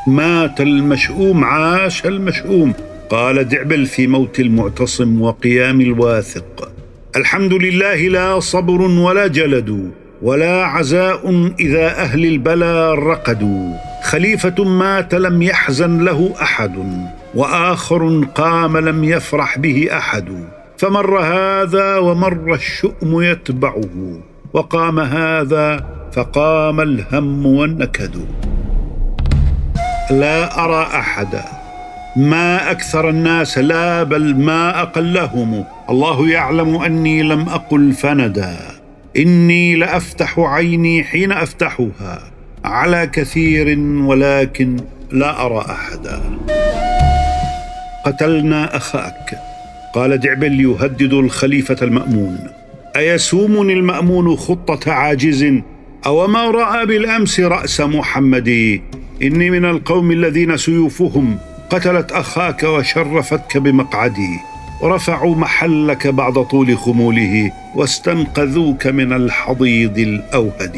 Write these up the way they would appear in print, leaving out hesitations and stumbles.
مات المشؤوم عاش المشؤوم. قال دعبل في موت المعتصم وقيام الواثق: الحمد لله لا صبر ولا جلد، ولا عزاء إذا أهل البلا رقدوا. خليفة مات لم يحزن له أحد، وآخر قام لم يفرح به أحد. فمر هذا ومر الشؤم يتبعه، وقام هذا فقام الهم والنكد. لا أرى أحدا ما أكثر الناس، لا بل ما أقلهم. الله يعلم أني لم أقل فندا، إني لأفتح عيني حين أفتحها على كثير، ولكن لا أرى أحدا. قتلنا أخاك. قال دعبل يهدد الخليفة المأمون: أيسومني المأمون خطة عاجز؟ أو ما رأى بالأمس رأس محمد؟ إني من القوم الذين سيوفهم قتلت أخاك وشرفتك بمقعدي، ورفعوا محلك بعد طول خموله، واستنقذوك من الحضيض الأوهد.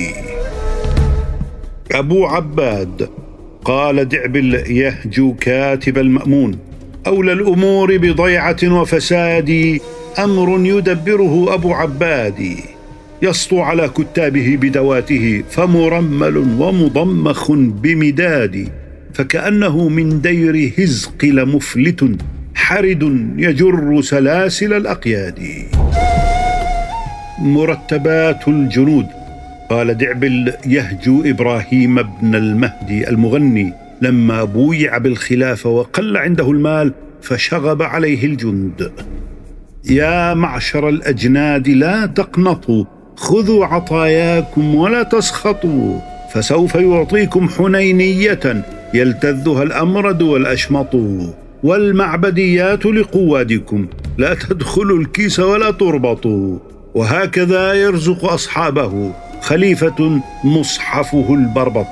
أبو عباد. قال دعبل يهجو كاتب المأمون: أولى الأمور بضيعة وفساد أمر يدبره أبو عباد، يسطو على كتابه بدواته، فمرمل ومضمخ بمداد، فكأنه من دير هزقل مفلت، حرد يجر سلاسل الأقياد. مرتبات الجنود. قال دعبل يهجو إبراهيم بن المهدي المغني لما بويع بالخلافة وقل عنده المال فشغب عليه الجند: يا معشر الأجناد لا تقنطوا، خذوا عطاياكم ولا تسخطوا، فسوف يعطيكم حنينية يلتذها الأمرد والأشمط، والمعبديات لقوادكم، لا تدخلوا الكيس ولا تربطوا. وهكذا يرزق أصحابه خليفة مصحفه البربط.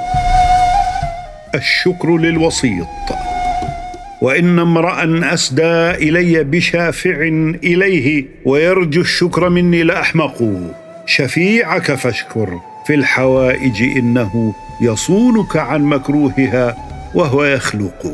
الشكر للوسيط. وإن امرأ أسدى إلي بشافع إليه ويرجو الشكر مني لأحمق. شفيعك فاشكر في الحوائج، إنه يصونك عن مكروهها وهو يخلق.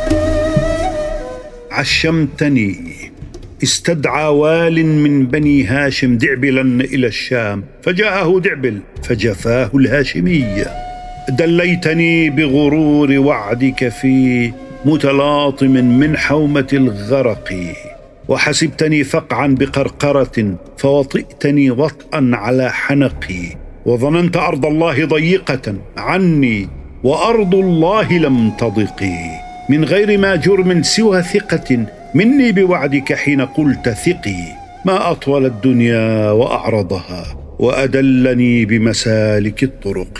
عشمتني. استدعى وال من بني هاشم دعبلا إلى الشام، فجاءه دعبل فجفاه الهاشمي. دليتني بغرور وعدك في متلاطم من حومة الغرق، وحسبتني فقعا بقرقرة، فوطئتني وطئا على حنقي. وظننت أرض الله ضيقة عني، وأرض الله لم تضقي، من غير ما جرم سوى ثقة مني بوعدك حين قلت ثقي. ما أطول الدنيا وأعرضها، وأدلني بمسالك الطرق.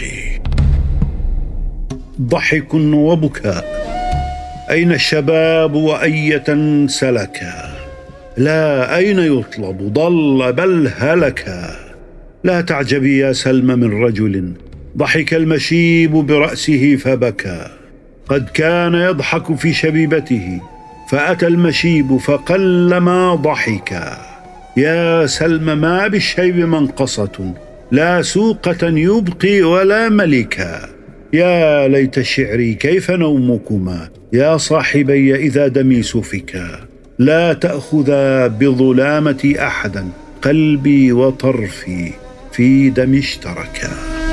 ضحك وبكاء. أين الشباب وأية سلكا؟ لا، أين يطلب؟ ضل بل هلكا. لا تعجبي يا سلمى من رجل ضحك المشيب برأسه فبكى. قد كان يضحك في شبيبته، فأتى المشيب فقل ما ضحكا. يا سلمى ما بالشيب منقصة، لا سوقة يبقي ولا ملكا. يا ليت شعري كيف نومكما، يا صاحبي إذا دمي سفكا. لا تأخذا بظلامة أحدا، قلبي وطرفي في دم اشتركا.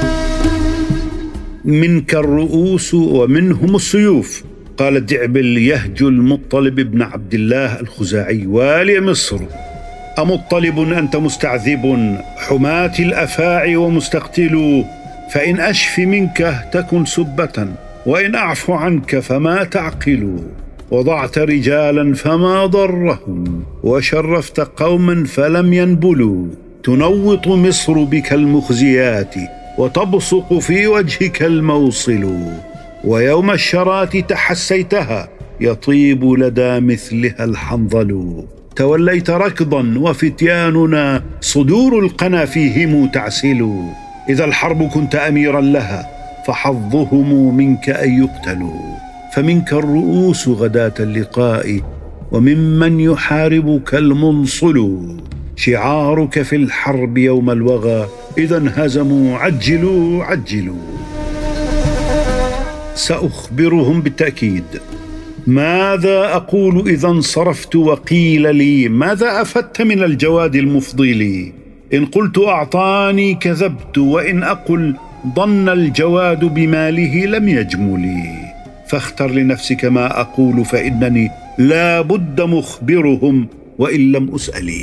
منك الرؤوس ومنهم السيوف. قال الدعبل يهجو المطلب بن عبد الله الخزاعي والي مصر: أمطلب أنت مستعذب حماة الأفاعي ومستقتل؟ فإن أشف منك تكن سبة، وإن أعفو عنك فما تعقل. وضعت رجالا فما ضرهم، وشرفت قوما فلم ينبلوا. تنوط مصر بك المخزيات، وتبصق في وجهك الموصل. ويوم الشرات تحسيتها، يطيب لدى مثلها الحنظل. توليت ركضا وفتياننا صدور القنا فيهم تعسل. إذا الحرب كنت أميرا لها، فحظهم منك أن يقتلوا. فمنك الرؤوس غداة اللقاء، وممن يحاربك المنصل. شعارك في الحرب يوم الوغى، إذا انهزموا عجلوا عجلوا. سأخبرهم بالتأكيد. ماذا أقول إذا انصرفت وقيل لي: ماذا أفدت من الجواد المفضي لي؟ إن قلت أعطاني كذبت، وإن أقل ضن الجواد بماله لم يجملي. فاختر لنفسك ما أقول، فإنني لا بد مخبرهم وإن لم أسألي.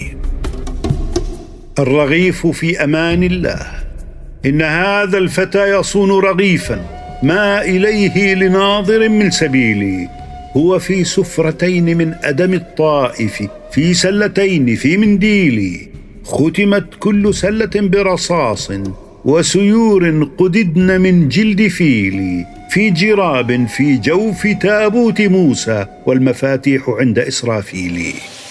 الرغيف في أمان الله. إن هذا الفتى يصون رغيفا ما إليه لناظر من سبيلي. هو في سفرتين من أدم الطائف، في سلتين في منديلي، ختمت كل سلة برصاص، وسيور قددن من جلد فيل، في جراب في جوف تابوت موسى، والمفاتيح عند إسرافيل.